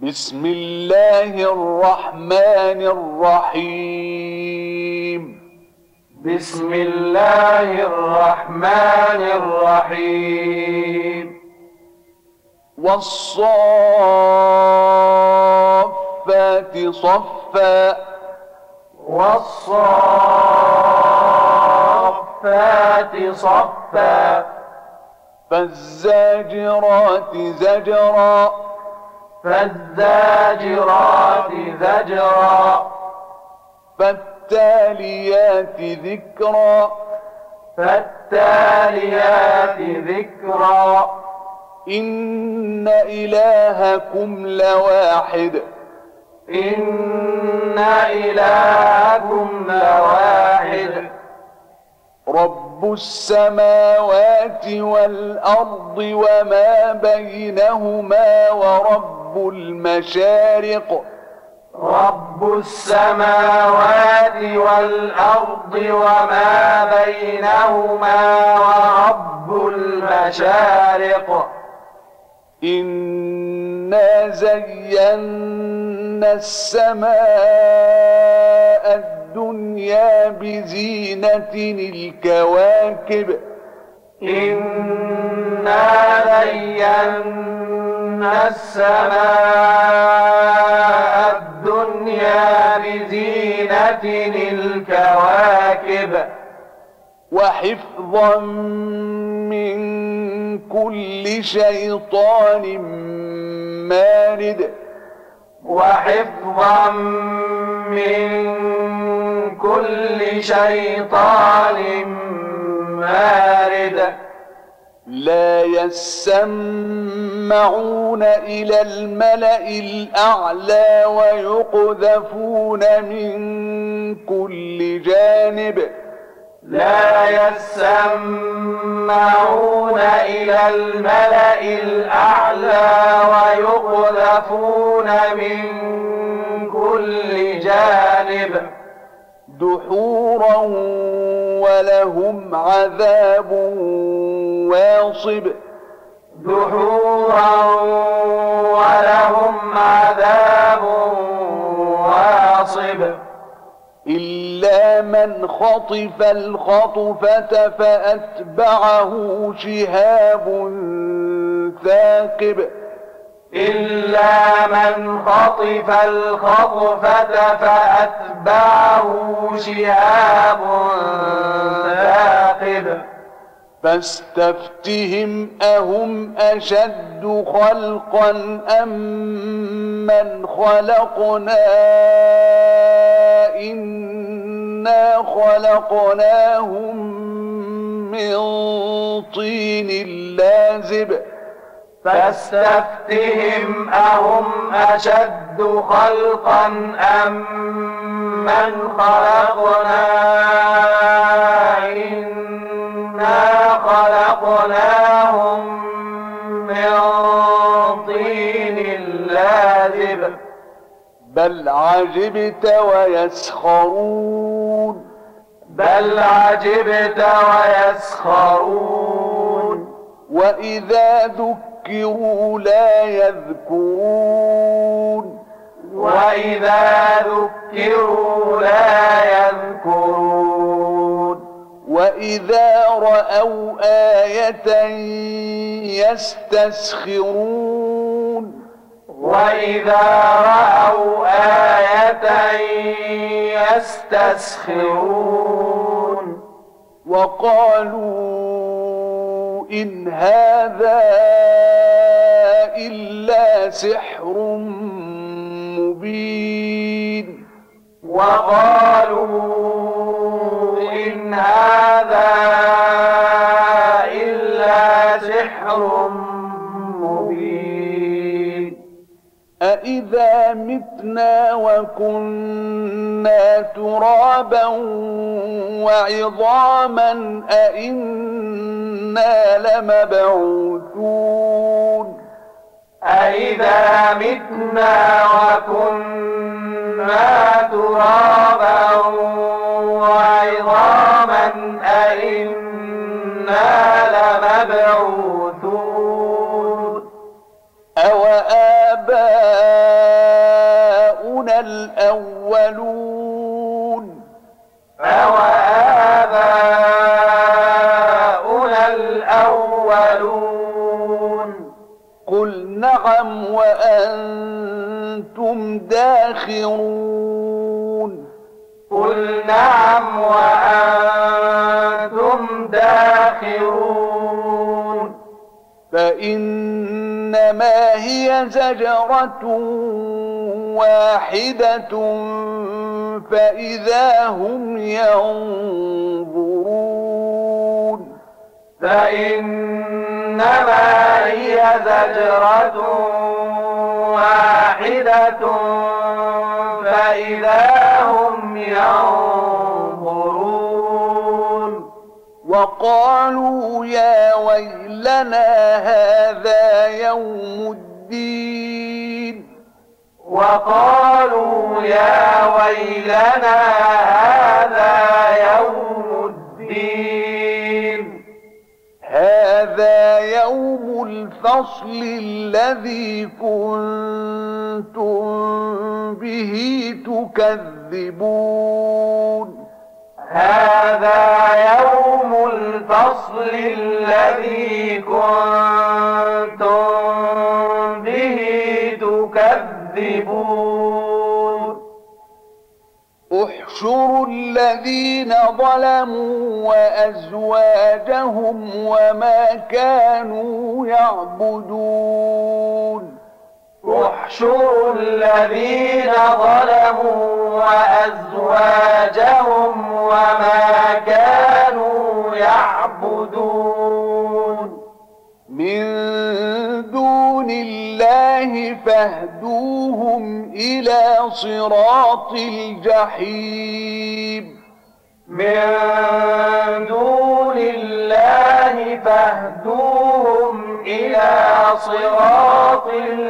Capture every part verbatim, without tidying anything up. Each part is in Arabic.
بسم الله الرحمن الرحيم. بسم الله الرحمن الرحيم. والصافات صفا والصافات صفا فالزاجرات زجرا فالزاجرات زجرا فالتاليات ذكرا فالتاليات ذكرا إن إلهكم لواحد إن إلهكم لواحد رب السماوات والأرض وما بينهما ورب المشارق رب السماوات والأرض وما بينهما ورب المشارق إنا زينا السماء الدنيا بزينة الكواكب إنا زينا السماء الدنيا بزينة الكواكب وحفظا من كل شيطان مارد وحفظا من كل شيطان مارد لا يسمعون إلى الملأ الأعلى ويقذفون من كل جانب لا يسمعون إلى الملأ الأعلى ويقذفون من كل جانب دحورا ولهم عذاب واصب دحورا ولهم عذاب واصب إلا من خطف الخطفة فأتبعه شهاب ثاقب إلا من خطف الخطفة فأتبعه شهاب ثاقب فاستفتهم أهم أشد خلقا أم من خلقنا إنا خلقناهم من طين لازب فاستفتهم أهم أشد خلقا أم من خلقنا إنا خلقناهم من طين لازب بل عجبت ويسخرون بل عجبت ويسخرون وإذا ذكروا لا يذكرون وإذا ذكروا لا يذكرون وإذا رأوا آية يستسخرون وإذا رأوا آية يستسخرون وقالوا إن هذا إلا سحر مبين وقالوا إن هذا إلا سحر مبين أإذا متنا وكنا ترابا وعظاما أإنا لمبعوثون أإذا متنا وكنا ترابا وعظاما أإنا لمبعوثون أوآباؤنا الأولون أوآباؤنا الأولون قل نعم وأنتم داخرون قل نعم وأنتم داخرون فإنما هي زجرة واحدة فإذا هم ينظرون فإنما هي زجرة واحدة فإذا هم ينظرون وقالوا يا ويلنا هذا يوم الدين وقالوا يا ويلنا هذا يوم الدين هذا يوم الفصل الذي كنتم به تكذبون هذا يوم الفصل الذي كنتم به تكذبون احشروا الذين ظلموا وأزواجهم وما كانوا يعبدون احشروا الذين ظلموا وأزواجهم وما كانوا يعبدون من دون الله فاهدوهم إلى صراط الجحيم من دون الله فاهدوهم إلى صراط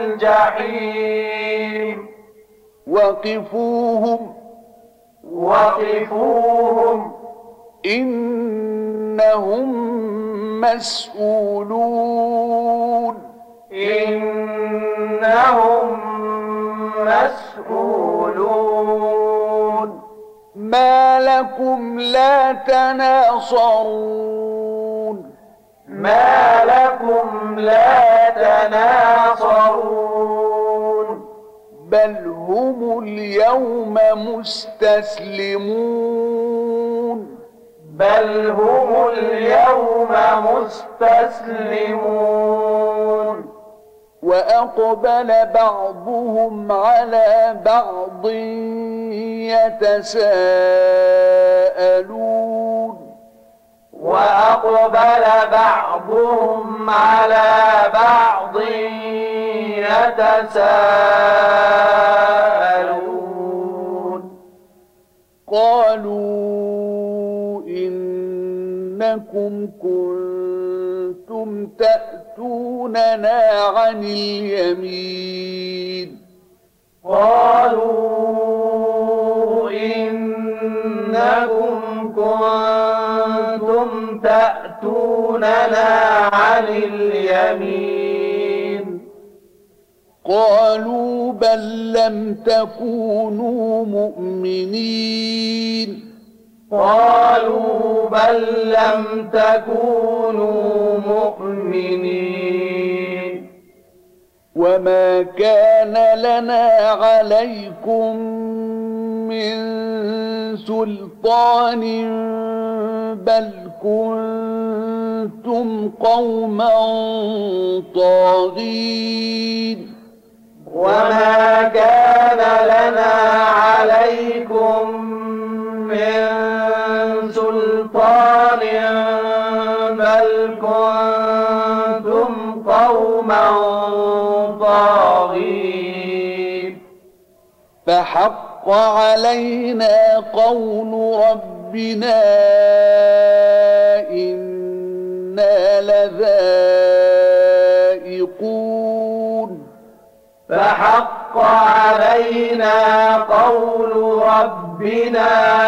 الجحيم وقفوهم وقفوهم إنهم مسؤولون إنهم مسؤولون ما لكم لا تناصرون ما لكم لا تناصرون بل هم اليوم مستسلمون بل هم اليوم مستسلمون وأقبل بعضهم على بعض يتساءلون وأقبل بعضهم على بعض يتساءلون قالوا إنكم كنتم تأتوننا عن اليمين قالوا إنكم كنتم تأتوننا عن اليمين قالوا بل لم تكونوا مؤمنين قالوا بل لم تكونوا مؤمنين وما كان لنا عليكم من سلطان بل كنتم قوما طاغين وما كان لنا عليكم من سلطان بل كنتم قوما طاغين فحق علينا قول ربنا إنا لذائقون فحق علينا قول ربنا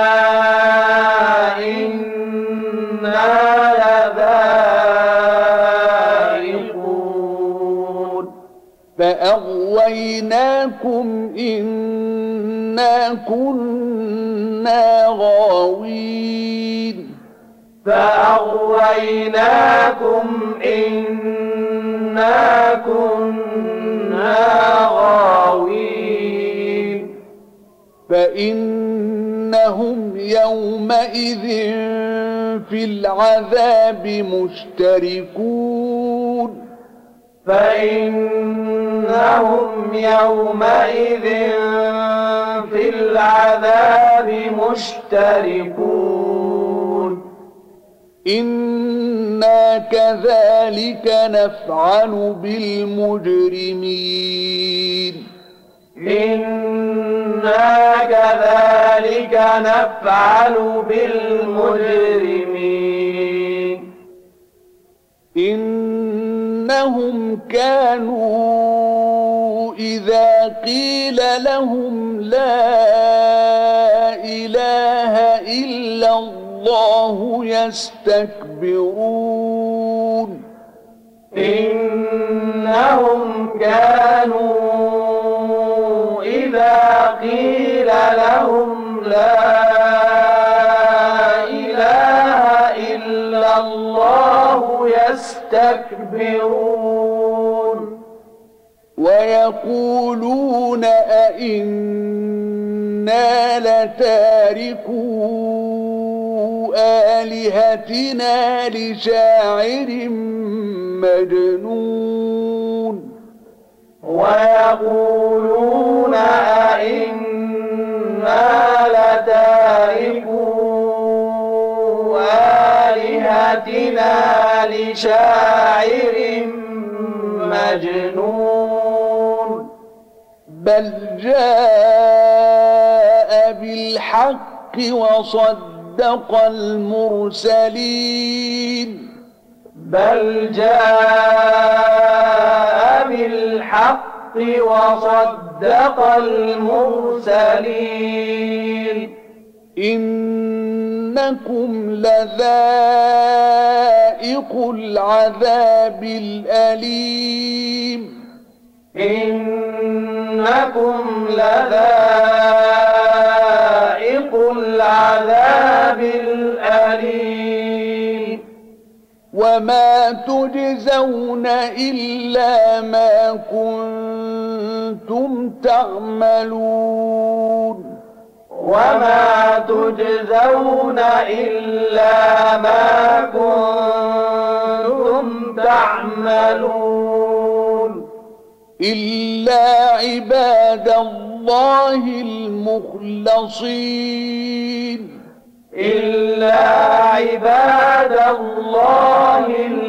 إنا لذائقون فأغويناكم فأغويناكم إنا كنا غاوين فأغويناكم إنا كنا غاوين فإنهم يومئذ في العذاب مشتركون فإنهم يومئذ في العذاب مشتركون إنا كذلك نفعل بالمجرمين إنا كذلك نفعل بالمجرمين إنهم كانوا إذا قيل لهم لا إله إلا الله يستكبرون إنهم كانوا إذا قيل لهم لا إله إلا الله يستكبرون ويقولون أئنا لتاركو آلهتنا لشاعر مجنون ويقولون أئنا لتاركو آلهتنا لشاعر مجنون بل جاء بالحق وصدق المرسلين بل جاء بالحق وصدق المرسلين إنكم لذائق العذاب الأليم إنكم لذائق العذاب الأليم وما تجزون إلا ما كنتم تعملون وما تجزون إلا ما كنتم تعملون إلا عباد الله المخلصين إلا عباد الله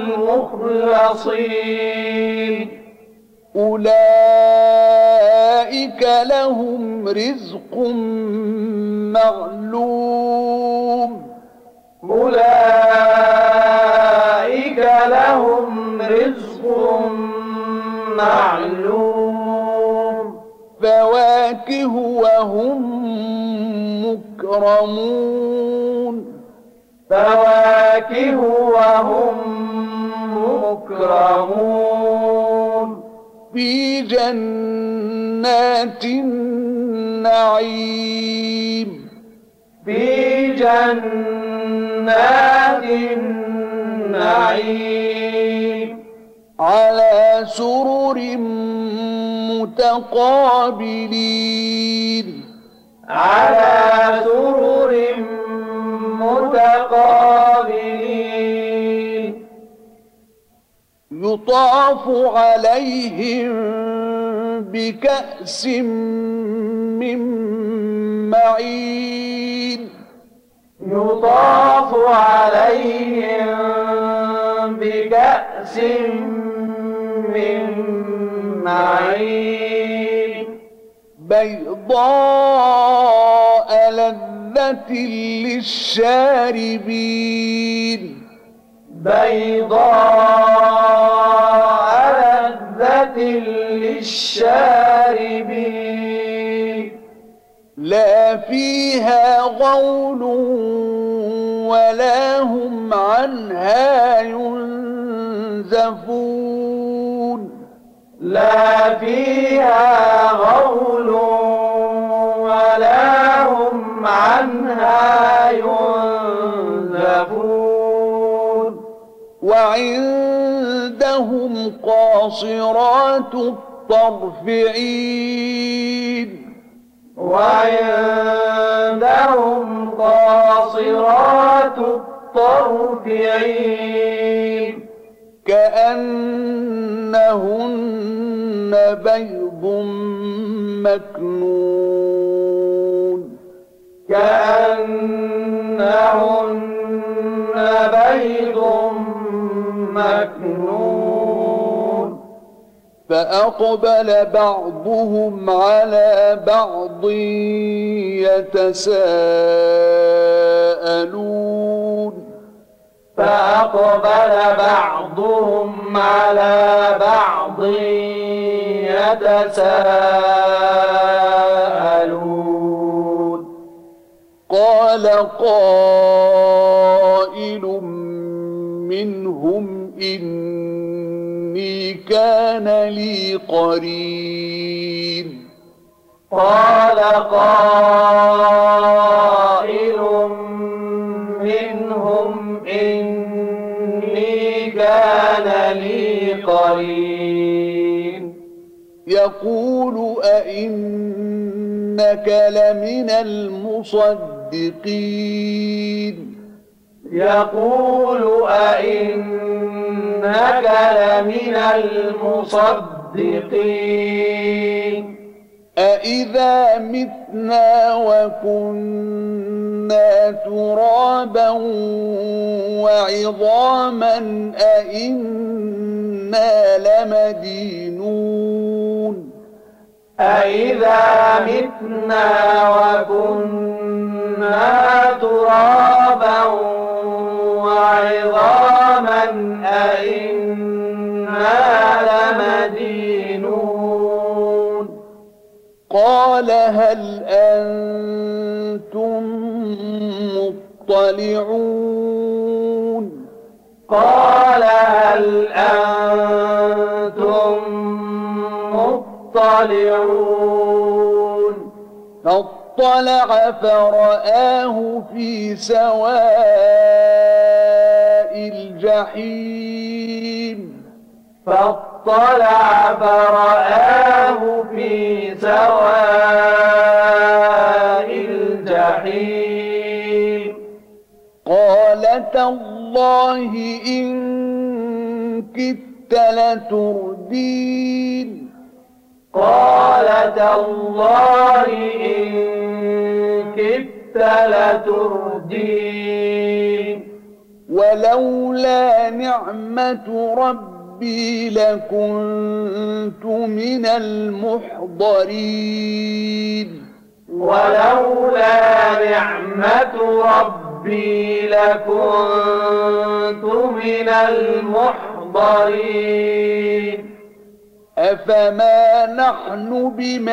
المخلصين أولئك لهم رزق معلوم أولئك لهم رزق معلوم فواكه وهم مكرمون فواكه وهم مكرمون في جنات النعيم في جنات النعيم على سرر متقابلين على سرر متقابلين يطاف عليهم بكأس من معين يطاف عليهم بكأس من معين بيضاء لذة للشاربين بيضاء لذة للشاربين لا فيها غول ولا هم عنها ينزفون لا فيها غول ولا هم عنها ينزفون وعندهم قاصرات الطرف عين وعندهم قاصرات الطرف عين كأنهن بيض مكنون كأنهن بيض مكنون فأقبل بعضهم على بعض يتساءلون فأقبل بعضهم على بعض يتساءلون قال قائل منهم إني كان لي قرين قال قائل منهم إني كان لي قرين يقول أئنك لمن المصدقين يقول أئنك لمن المصدقين أإذا متنا وكنا ترابا وعظاما أإنا لمدينون أإذا متنا وكنا ترابا وعظاما أإنا لمدينون قال هل أنتم مطلعون قال هل أنتم مطلعون فاطلع فرآه في سواء الجحيم فاطلع فرآه في سواء الجحيم قال تالله إن كدت لتردين قال تالله إن كدت لتردين ولولا نعمة ربي لكنت من المحضرين ولولا نعمة ربي لكنت من المحضرين أفما نحن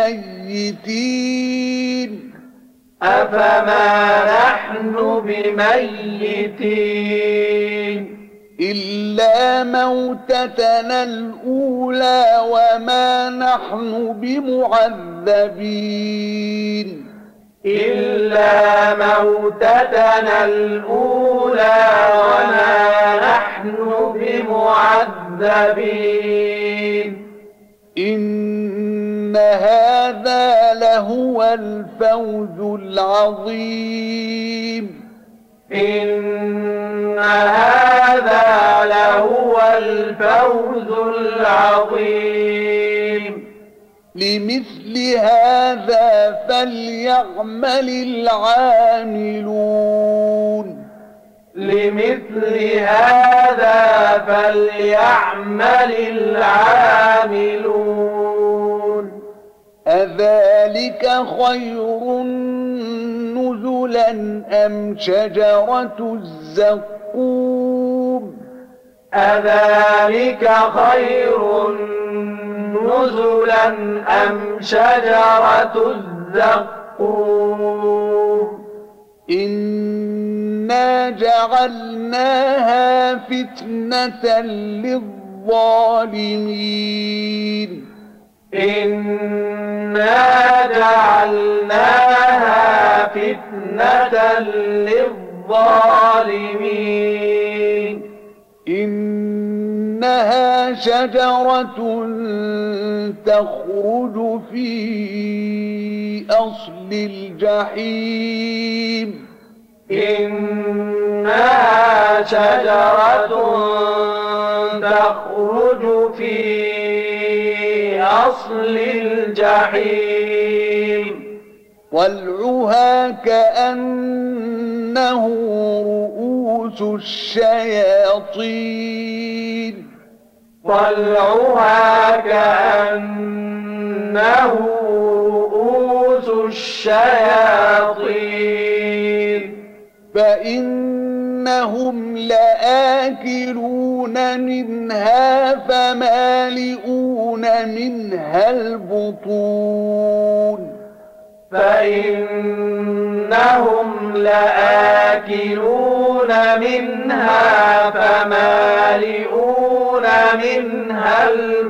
بميتين أفما نحن بميتين إلا موتتنا الأولى وما نحن بمعذبين إلا موتتنا الأولى وما نحن بمعذبين إن هذا لهو الفوز العظيم إن هذا لهو الفوز العظيم لمثل هذا فليعمل العاملون لمثل هذا فليعمل العاملون أذلك خير نزلا أم شجرة الزقوم أذلك خير نزلا أم شجرة الزقوم إنا جعلناها فتنة للظالمين إنا جعلناها فتنة للظالمين إنها شجرة تخرج في أصل الجحيم إنها شجرة تخرج في أصل الجحيم طلعها كأنه رؤوس الشياطين طلعها كأنه رؤوس الشياطين فإنهم لآكلون منها فمالئون منها البطون فإنهم لآكلون منها فمالئون منها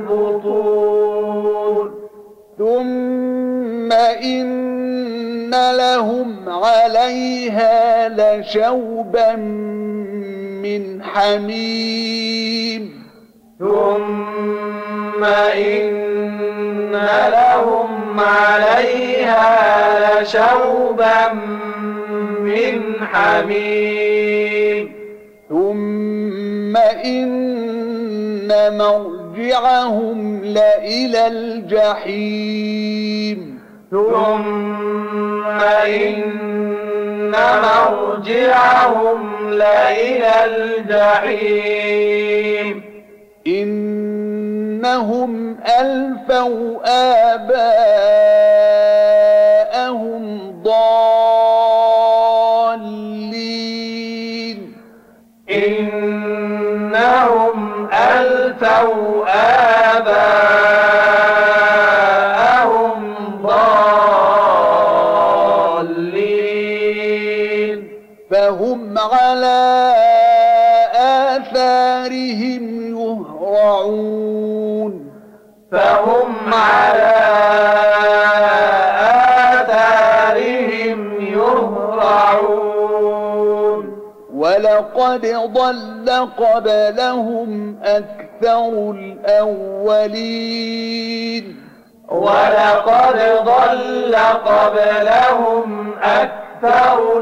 البطون ثم إن لهم عليها لشوبا من حميم ثم إن لهم عليها لشوبا من حميم ثم إن مرجعهم لإلى الجحيم ثم إن مرجعهم لإلى الجحيم إنهم ألفوا آباءهم ضالين إنهم ألفوا آباءهم ضالين فهم على آثارهم يهرعون فهم على آثارهم يهرعون ولقد ضل قبلهم أكثر الأولين ولقد ضل قبلهم أكثر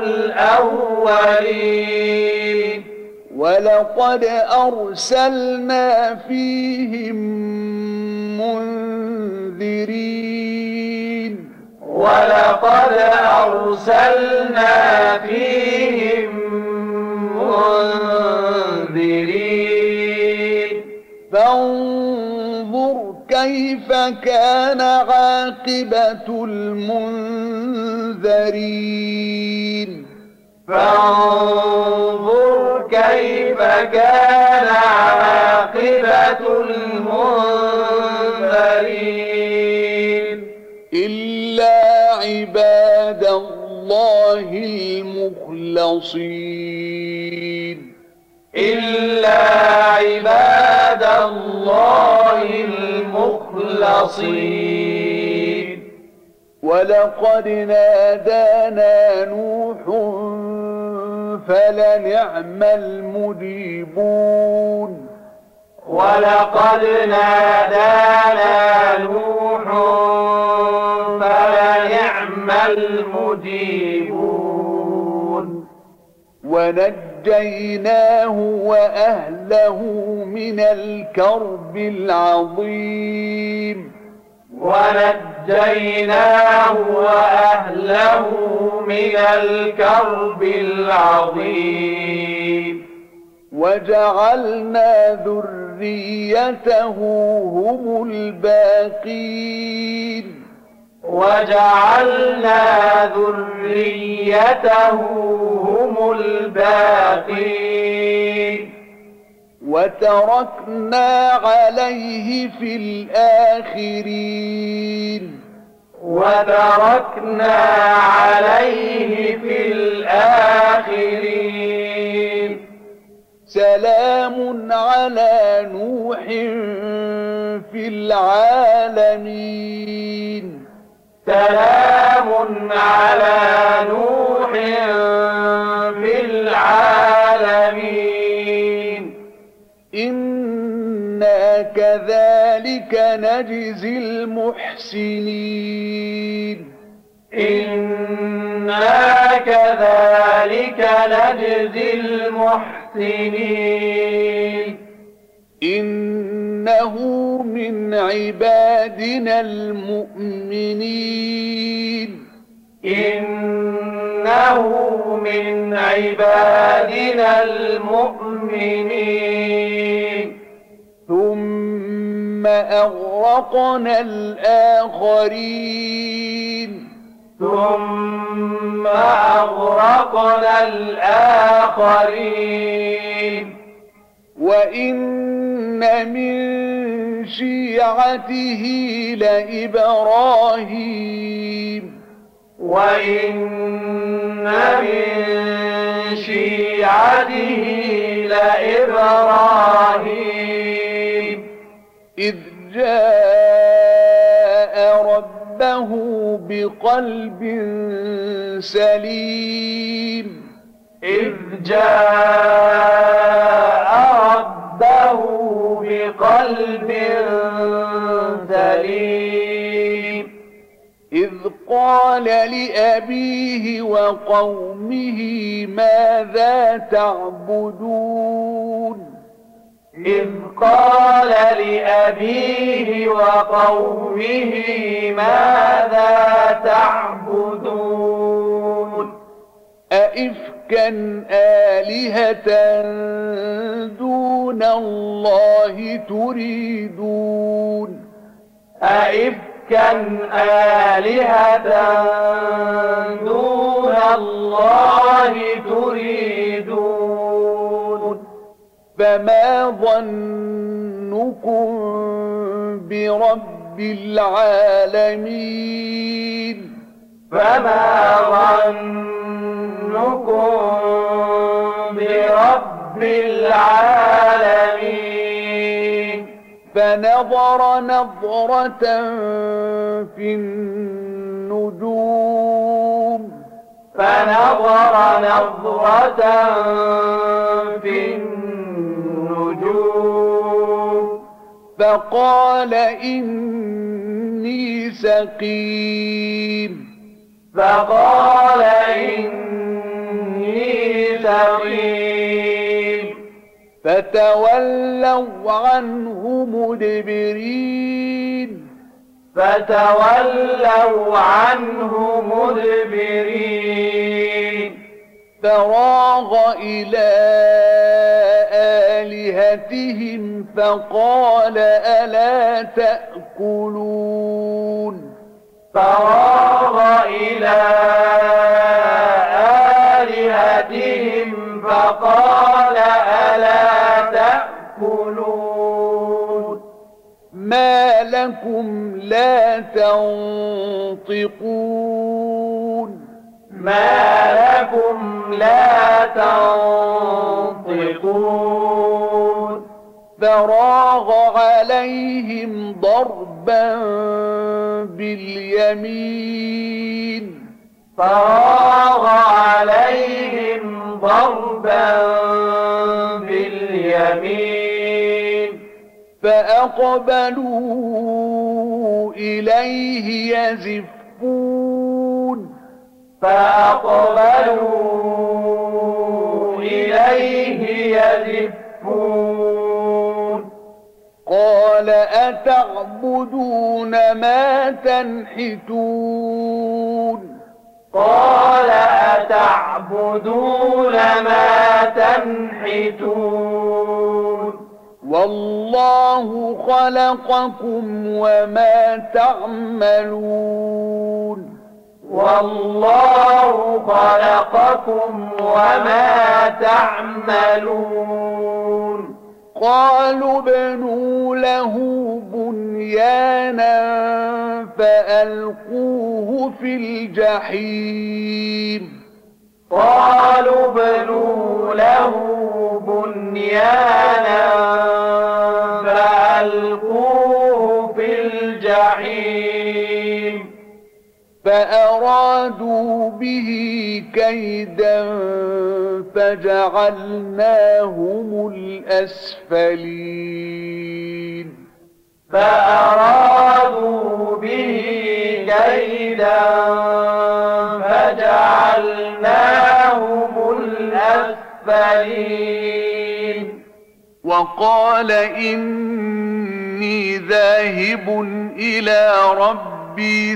الأولين ولقد أرسلنا فيهم منذرين ولقد أرسلنا فيهم منذرين فانظر كيف كان عاقبة المنذرين فانظر كيف كان عاقبة المنذرين إلا عباد الله المخلصين إلا عباد الله المخلصين ولقد نادانا نوح فلنعم المجيبون ولقد نادانا نوح فلنعم المجيبون ونجيناه وأهله من الكرب العظيم ونجيناه وأهله من الكرب العظيم وجعلنا ذريته هم الباقين وجعلنا ذريته هم الباقين وتركنا عليه في الآخرين وتركنا عليه في الآخرين سلام على نوح في العالمين العالمين سلام على نوح في العالمين إنا كذلك نجزي المحسنين إنا كذلك نجزي المحسنين إنه من عبادنا المؤمنين إنه من عبادنا المؤمنين ثم أغرقنا الآخرين ثم أغرقنا الآخرين وإن من شيعته لإبراهيم وإن من شيعته لإبراهيم إذ جاء ربه بقلب سليم إذ جاء ربه بقلب سليم إذ قال لأبيه وقومه ماذا تعبدون إذ قال لأبيه وقومه ماذا تعبدون أئفكا آلهة دون الله تريدون أئفكا آلهة دون الله تريدون فما ظنكم برب العالمين فما ظنكم برب العالمين فنظر نظرة في النجوم فنظر نظرة في النجوم فقال إني سقيم فقال إني سقيم فتولوا عنه مدبرين فتولوا عنه مدبرين فراغ إلى آلهتهم فقال ألا تأكلون فراغ إلى آلهتهم فقال ألا تأكلون ما لكم لا تنطقون ما لكم لا تنطقون فراغ عليهم ضربا باليمين فراغ عليهم ضربا باليمين فأقبلوا إليه يزفون فأقبلوا إليه يزفون قال أتعبدون ما تنحتون قال أتعبدون ما تنحتون والله خلقكم وما تعملون والله خلقكم وما تعملون قالوا ابنوا له بنيانا فألقوه في الجحيم قالوا ابنوا له بنيانا فألقوه في الجحيم فأرادوا به كيدا فجعلناهم الأسفلين فأرادوا به كيدا فجعلناهم الأسفلين وقال إني ذاهب إلى ربي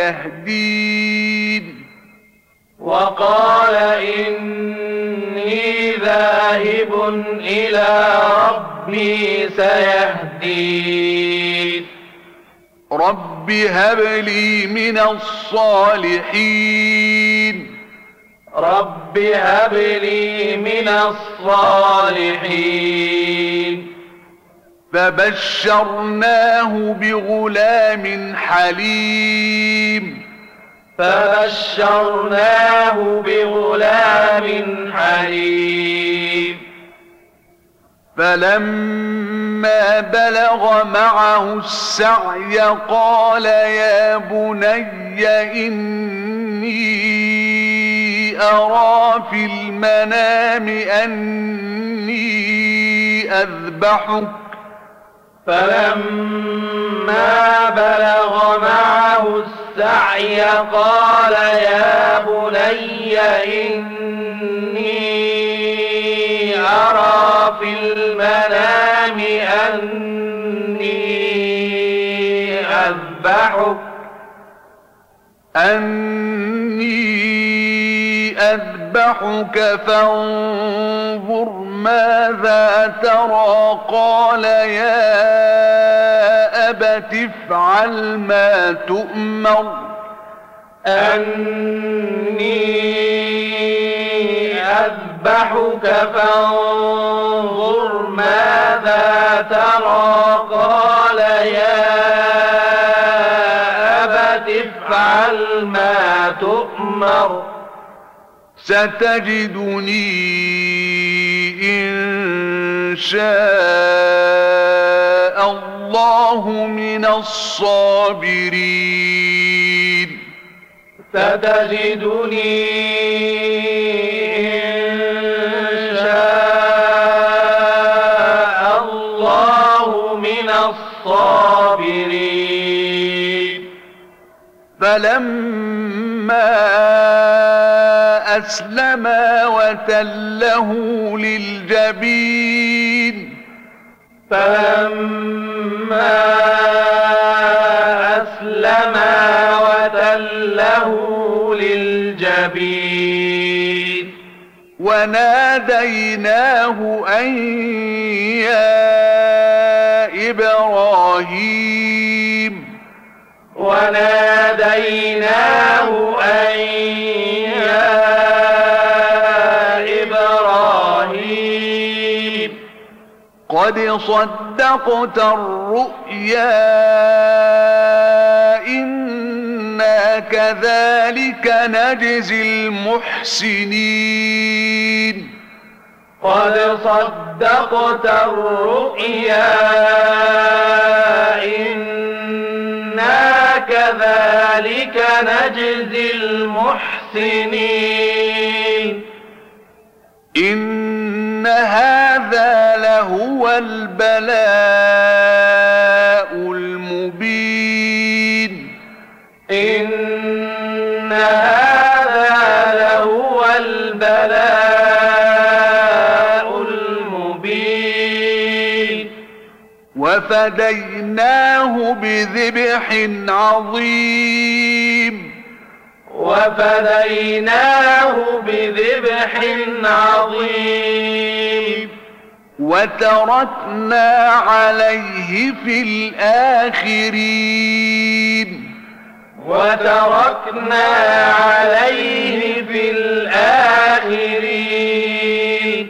سيهدين وقال إني ذاهب إلى ربي سيهدين رب هب لي من الصالحين رب هب لي من الصالحين فبشرناه بغلام حليم فبشرناه بغلام حليم فلما بلغ معه السعي قال يا بني إني أرى في المنام أني أذبحك فلما بلغ معه السعي قال يا بني إني أرى في المنام أني أذبحك أني أذبحك فانظر ماذا ترى قال يا أبت افعل ما تؤمر أني أذبحك فانظر ماذا ترى قال يا أبت افعل ما تؤمر ستجدني إن شاء الله من الصابرين ستجدني إن شاء الله من الصابرين فلما أسلما وتله للجبين فلما أسلما وتله للجبين وناديناه أن يا إبراهيم وناديناه أن يا إبراهيم قد صدقت الرؤيا إنا كذلك نجزي المحسنين قد صدقت الرؤيا إنا كذلك نجزي المحسنين إن هذا لهو البلاء المبين إن هذا لهو البلاء المبين وفديناه بذبح عظيم وفديناه بذبح عظيم وتركنا عليه في الآخرين وتركنا عليه في الآخرين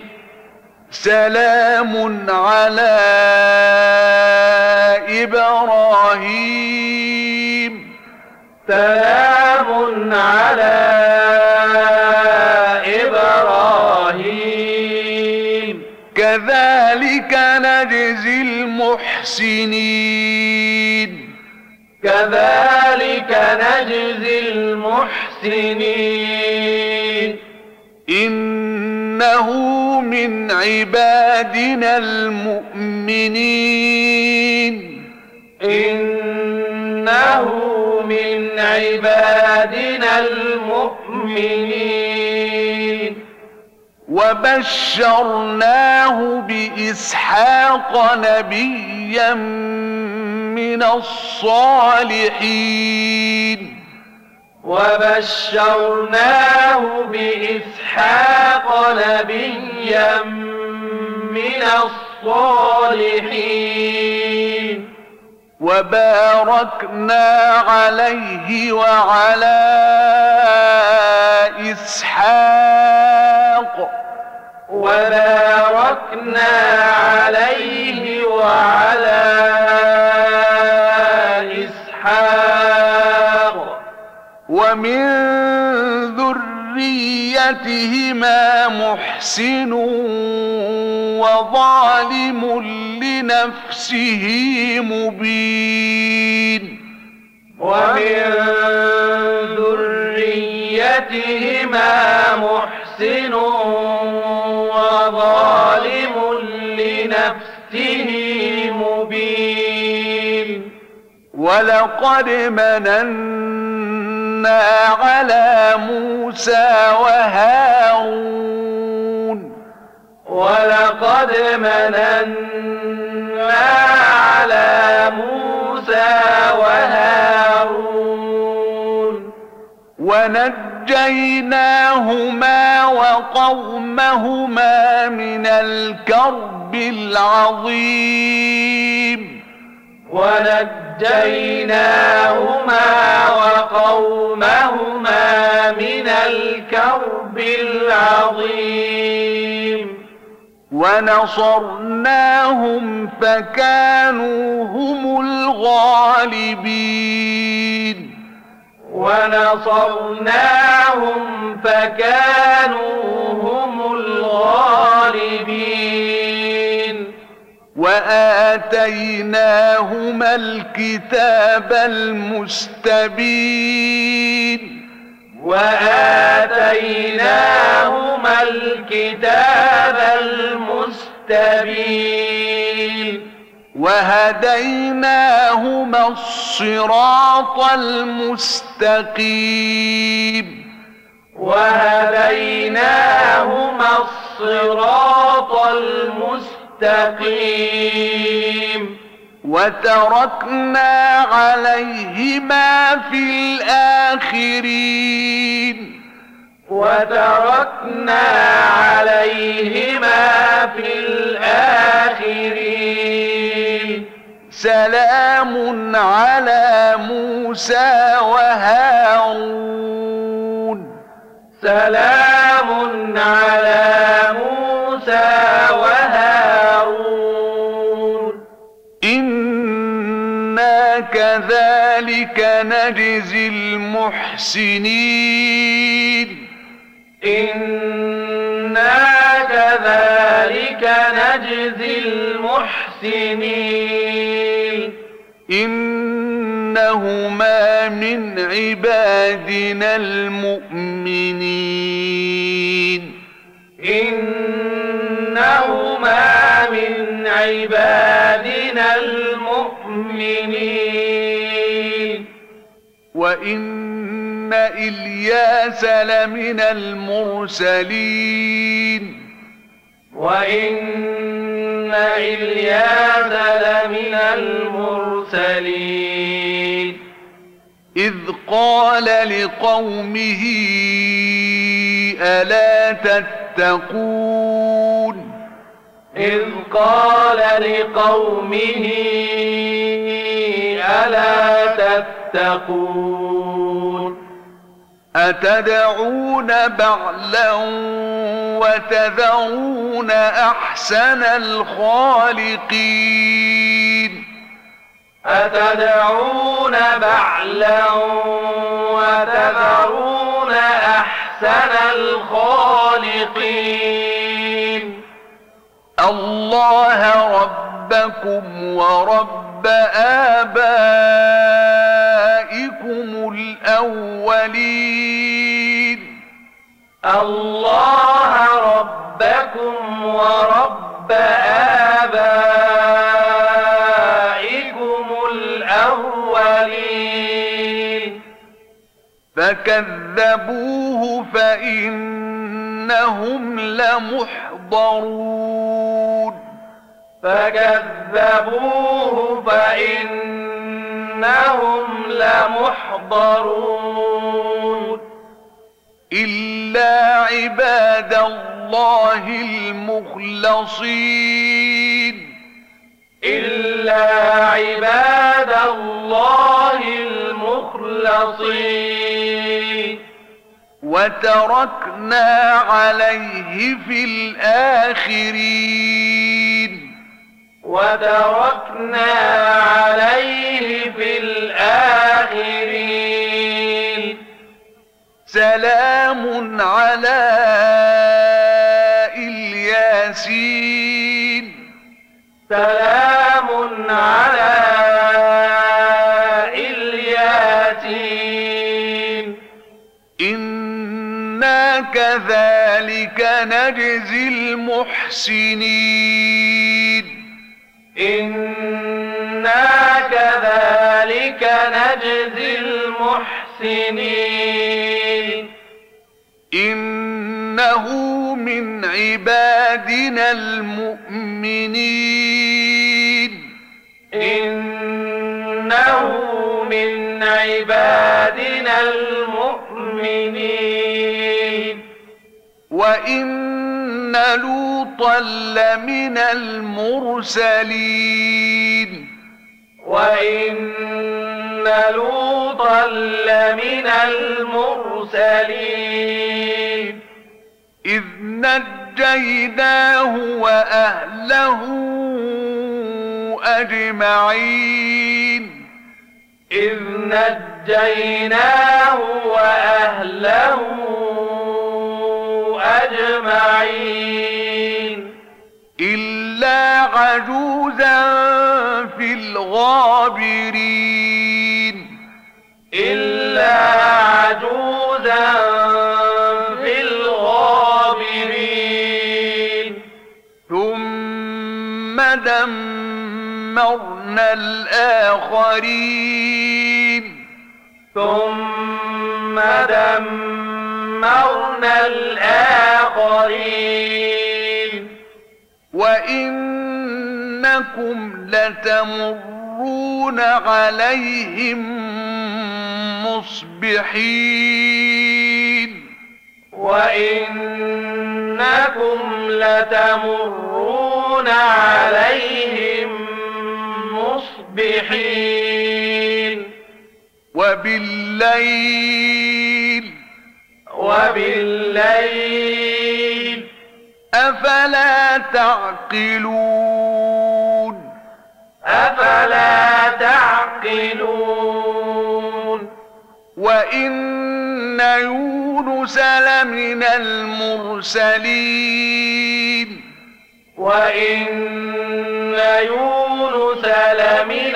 سلام على إبراهيم سلام على إبراهيم كذلك نجزي المحسنين كذلك نجزي المحسنين إنه من عبادنا المؤمنين إنه من عبادنا المؤمنين وبشرناه بإسحاق نبيا من الصالحين وبشرناه بإسحاق نبيا من الصالحين وباركنا عليه وعلى إسحاق وباركنا عليه وعلى إسحاق ومن ذريتهما محسن وظالم لنفسه مبين ومن ذريتهما محسن وظالم لنفسه مبين ولقد مننا على موسى وهارون ولقد مننا على موسى وهارون ونجيناهما وقومهما من الكرب العظيم ونجيناهما وقومهما من الكرب العظيم ونصرناهم فكانوا هم الغالبين ونصرناهم فكانوا هم الغالبين وآتيناهما الكتاب المستبين وآتيناهما الكتاب المستبين وهديناهما الصراط المستقيم وهديناهما الصراط المستقيم وتركنا عليهما في الآخرين وتركنا عليهما في الآخرين سلام على موسى وهارون سلام على موسى وهارون إنا كذلك نجزي المحسنين إنا كذلك نجزي المحسنين إنهما من عبادنا المؤمنين إنهما من عبادنا المؤمنين وإن إلياس لمن المرسلين وإن إلياس لمن المرسلين إذ قال لقومه ألا تتقون إذ قال لقومه ألا تتقون أتدعون بعلا وتذرون أحسن الخالقين أتدعون بعلا وتذرون أحسن الخالقين الله ربكم ورب آبائكم الأولين الله ربكم ورب آبائكم الأولين فكذبوه فإنهم لمحضرون فكذبوه فإنهم لمحضرون إلا عباد الله المخلصين إلا عباد الله المخلصين وتركنا عليه في الآخرين وتركنا عليه في الآخرين سلام على الياسين سلام على الياسين إنا كذلك نجزي المحسنين إنا كذلك نجزي المحسنين إنه من عبادنا المؤمنين إنه من عبادنا المؤمنين وإن لوطا لمن المرسلين وإن لوطا لمن المرسلين إذ نجيناه وأهله أجمعين إذ نجيناه وأهله أجمعين إلا عجوزا في الغابرين إلا عجوزا في الغابرين ثم دمرنا الآخرين ثم دمرنا الآخرين وإنكم لتمرون عليهم مصبحين وإنكم لتمرون عليهم مصبحين وبالليل وبالليل أفلا تعقلون أفلا تعقلون وإن يونس لمن المرسلين وإن يونس لمن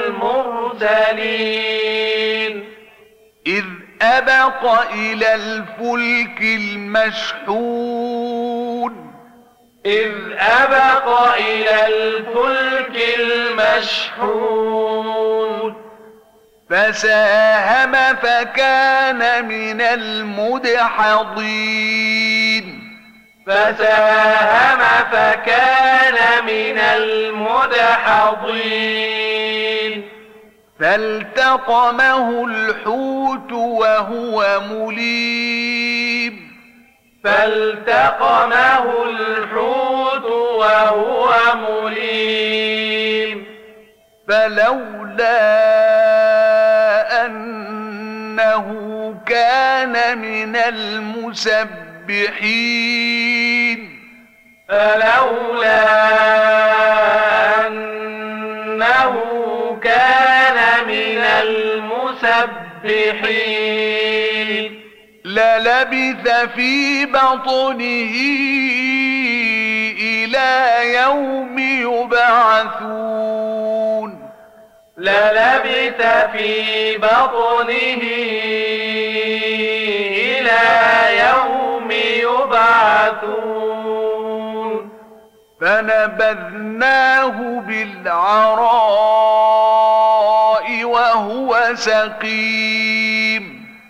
المرسلين إذ أبق إلى الفلك المشحون إذ أبق إلى الفلك المشحون فساهم فكان من المدحضين فساهم فكان من المدحضين فالتقمه الحوت وهو مليم فالتقمه الحوت وهو مليم فلولا أنه كان من المسبحين فلولا أنه كان من المسبحين للبث في بطنه إلى يوم يبعثون للبث في بطنه إلى يوم يبعثون فنبذناه بالعراء وهو سقيم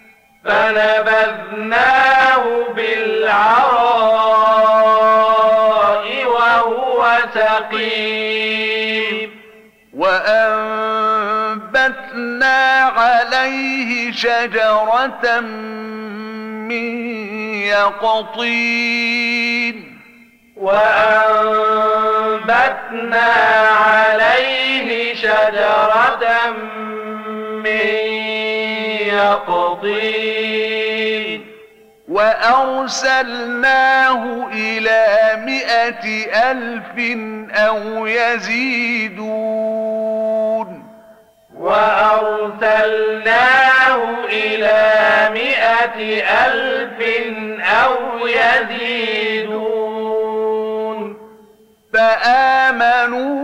فنبذناه بالعراء وهو سقيم وأنبتنا عليه شجرة من يقطين وأنبتنا عليه شجرة من يقطين وأرسلناه إلى مائة ألف أو يزيدون وأرسلناه إلى مائة ألف أو يزيدون فآمنوا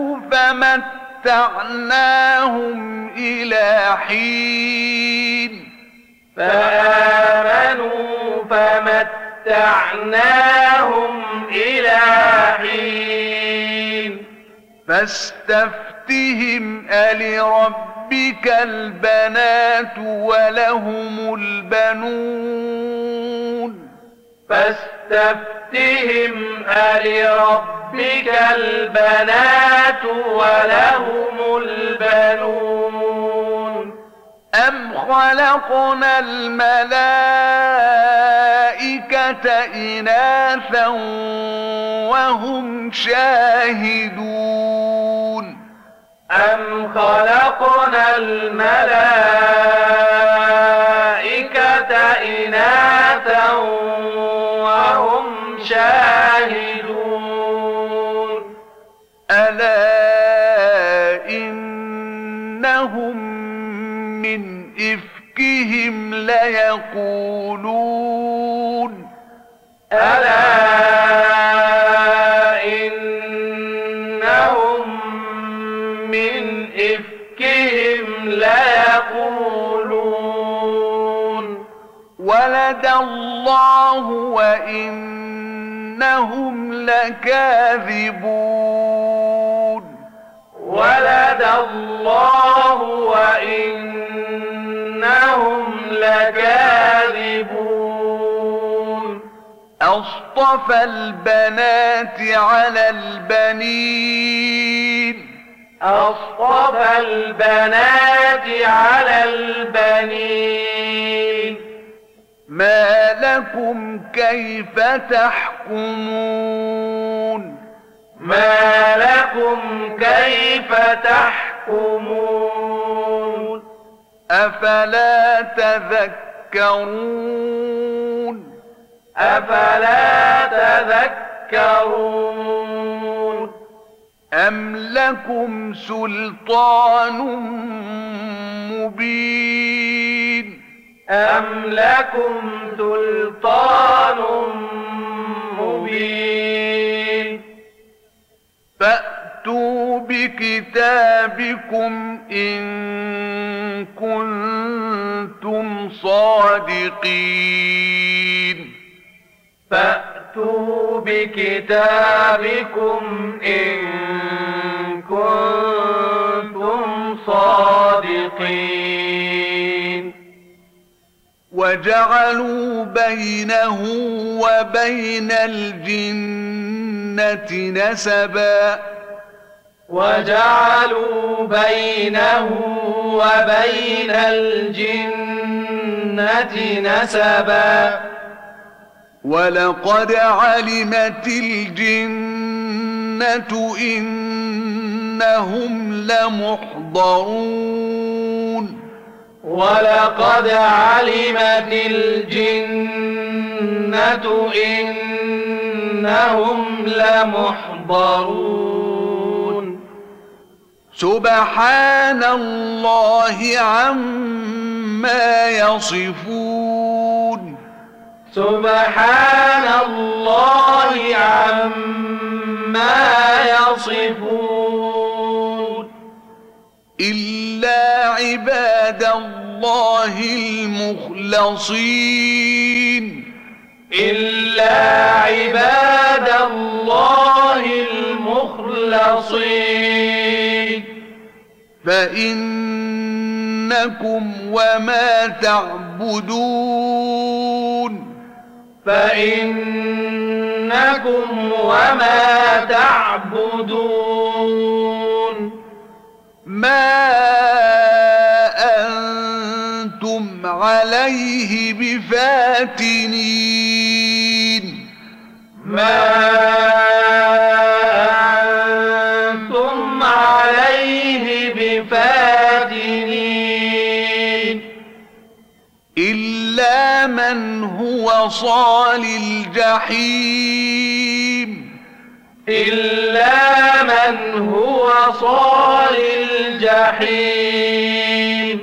فمتعناهم إلى حين فآمنوا فمتعناهم إلى حين فاستفتهم ألربك البنات ولهم البنون فاستفتهم ألربك البنات ولهم البنون أم خلقنا الملائكة إناثا وهم شاهدون أم خلقنا الملائكة إناثا وهم شاهدون ألا إنهم من إفكهم ليقولون ألا إنهم من إفكهم ليقولون ولد الله وإنهم لكاذبون ولد الله وإنهم لكاذبون أصطفى البنات على البنين أصطفى البنات على البنين ما لكم كيف تحكمون ما لكم كيف تحكمون أفلا تذكرون أفلا تذكرون أم لكم سلطان مبين أم لكم سلطان مبين فأتوا بكتابكم إن كنتم صادقين فأتوا بكتابكم إن كنتم صادقين وجعلوا بينه وبين الجنة نسبا وجعلوا بينه وبين الجنة نسبا ولقد علمت الجنة إنهم لمحضرون ولقد علمت الجنة إنهم لمحضرون سبحان الله عما يصفون سبحان الله عما يصفون إلا عباد الله المخلصين إلا عباد الله المخلصين فإنكم وما تعبدون فإنكم وما تعبدون ما أنتم عليه بفاتنين ما أنتم عليه بفاتنين إلا من هو صال الجحيم إلا من هو صال الجحيم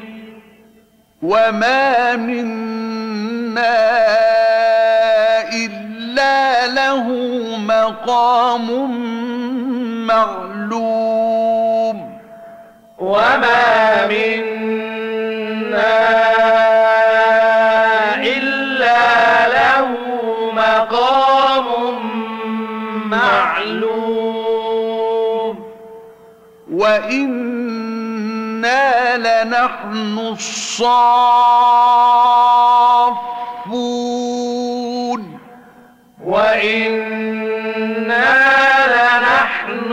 وما منا إلا له مقام معلوم وما منا إلا له مقام معلوم وإنا لنحن الصافون وإنا لنحن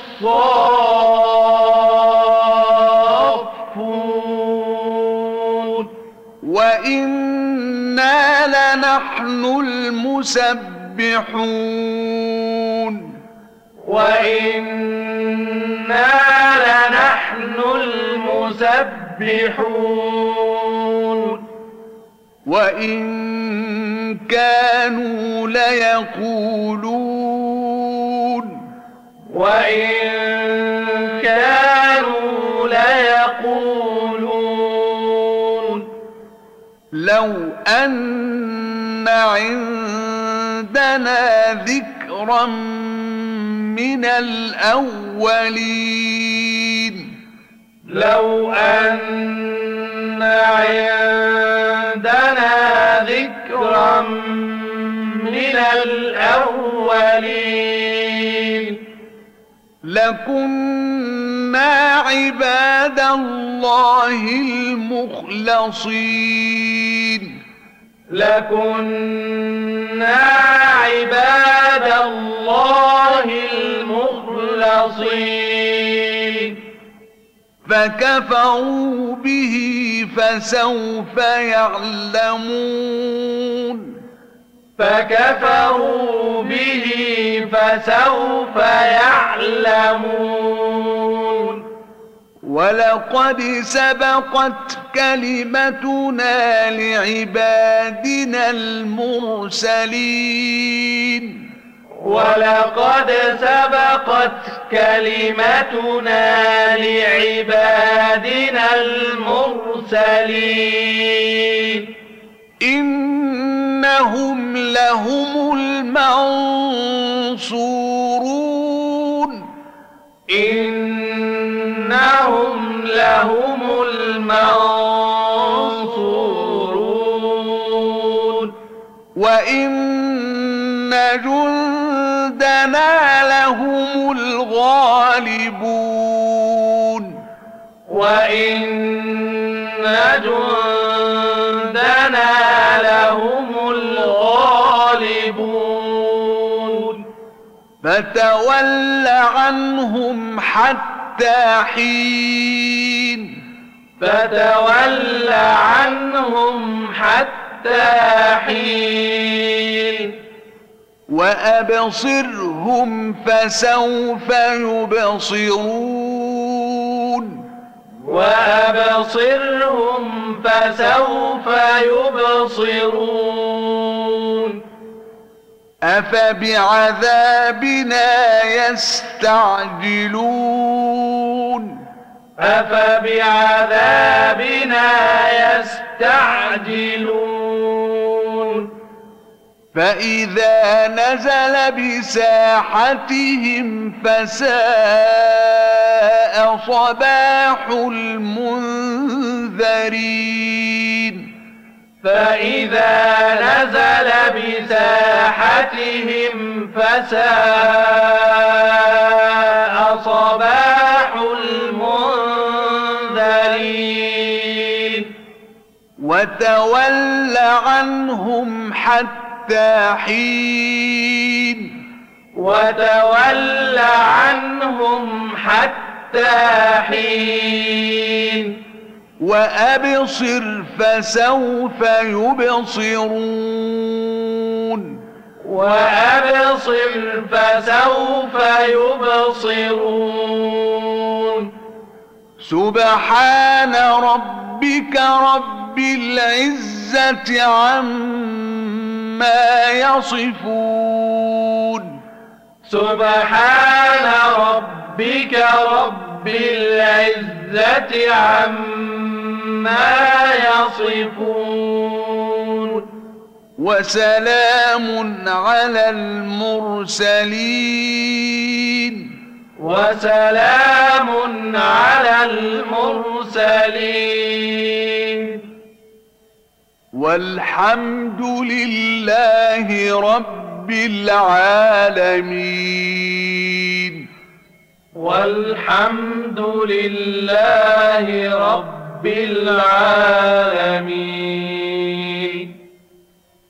الصافون وإنا لنحن المسبحون وإنا لنحن المسبحون وإن كانوا ليقولون وإن كانوا ليقولون لو أن عندنا ذكرا من الأولين لو أن عندنا ذكرا من الأولين لكنا عباد الله المخلصين لكنا عباد الله المخلصين فكفروا به فسوف يعلمون فكفروا به فسوف يعلمون ولقد سبقت كلمتنا لعبادنا المرسلين ولقد سبقت كلمتنا لعبادنا المرسلين إنهم لهم المنصورون إنهم لهم المنصورون وإن جندنا لهم الغالبون وإن جندنا لهم الغالبون فتول عنهم حتى حين فتول عنهم حتى حين وأبصرهم فسوف يبصرون وأبصرهم فسوف يبصرون أفبعذابنا يستعجلون أفبعذابنا يستعجلون فإذا نزل بساحتهم فساء صباح المنذرين منذرين فإذا نزل بساحتهم فساء صباح المنذرين وتول عنهم حتى حين وتول عنهم حتى حين وأبصر فسوف يبصرون وأبصر فسوف يبصرون سبحان ربك رب العزة عما يصفون سبحان ربك رب العزة عما يصفون وسلام على المرسلين وسلام على المرسلين والحمد لله رب العالمين والحمد لله رب العالمين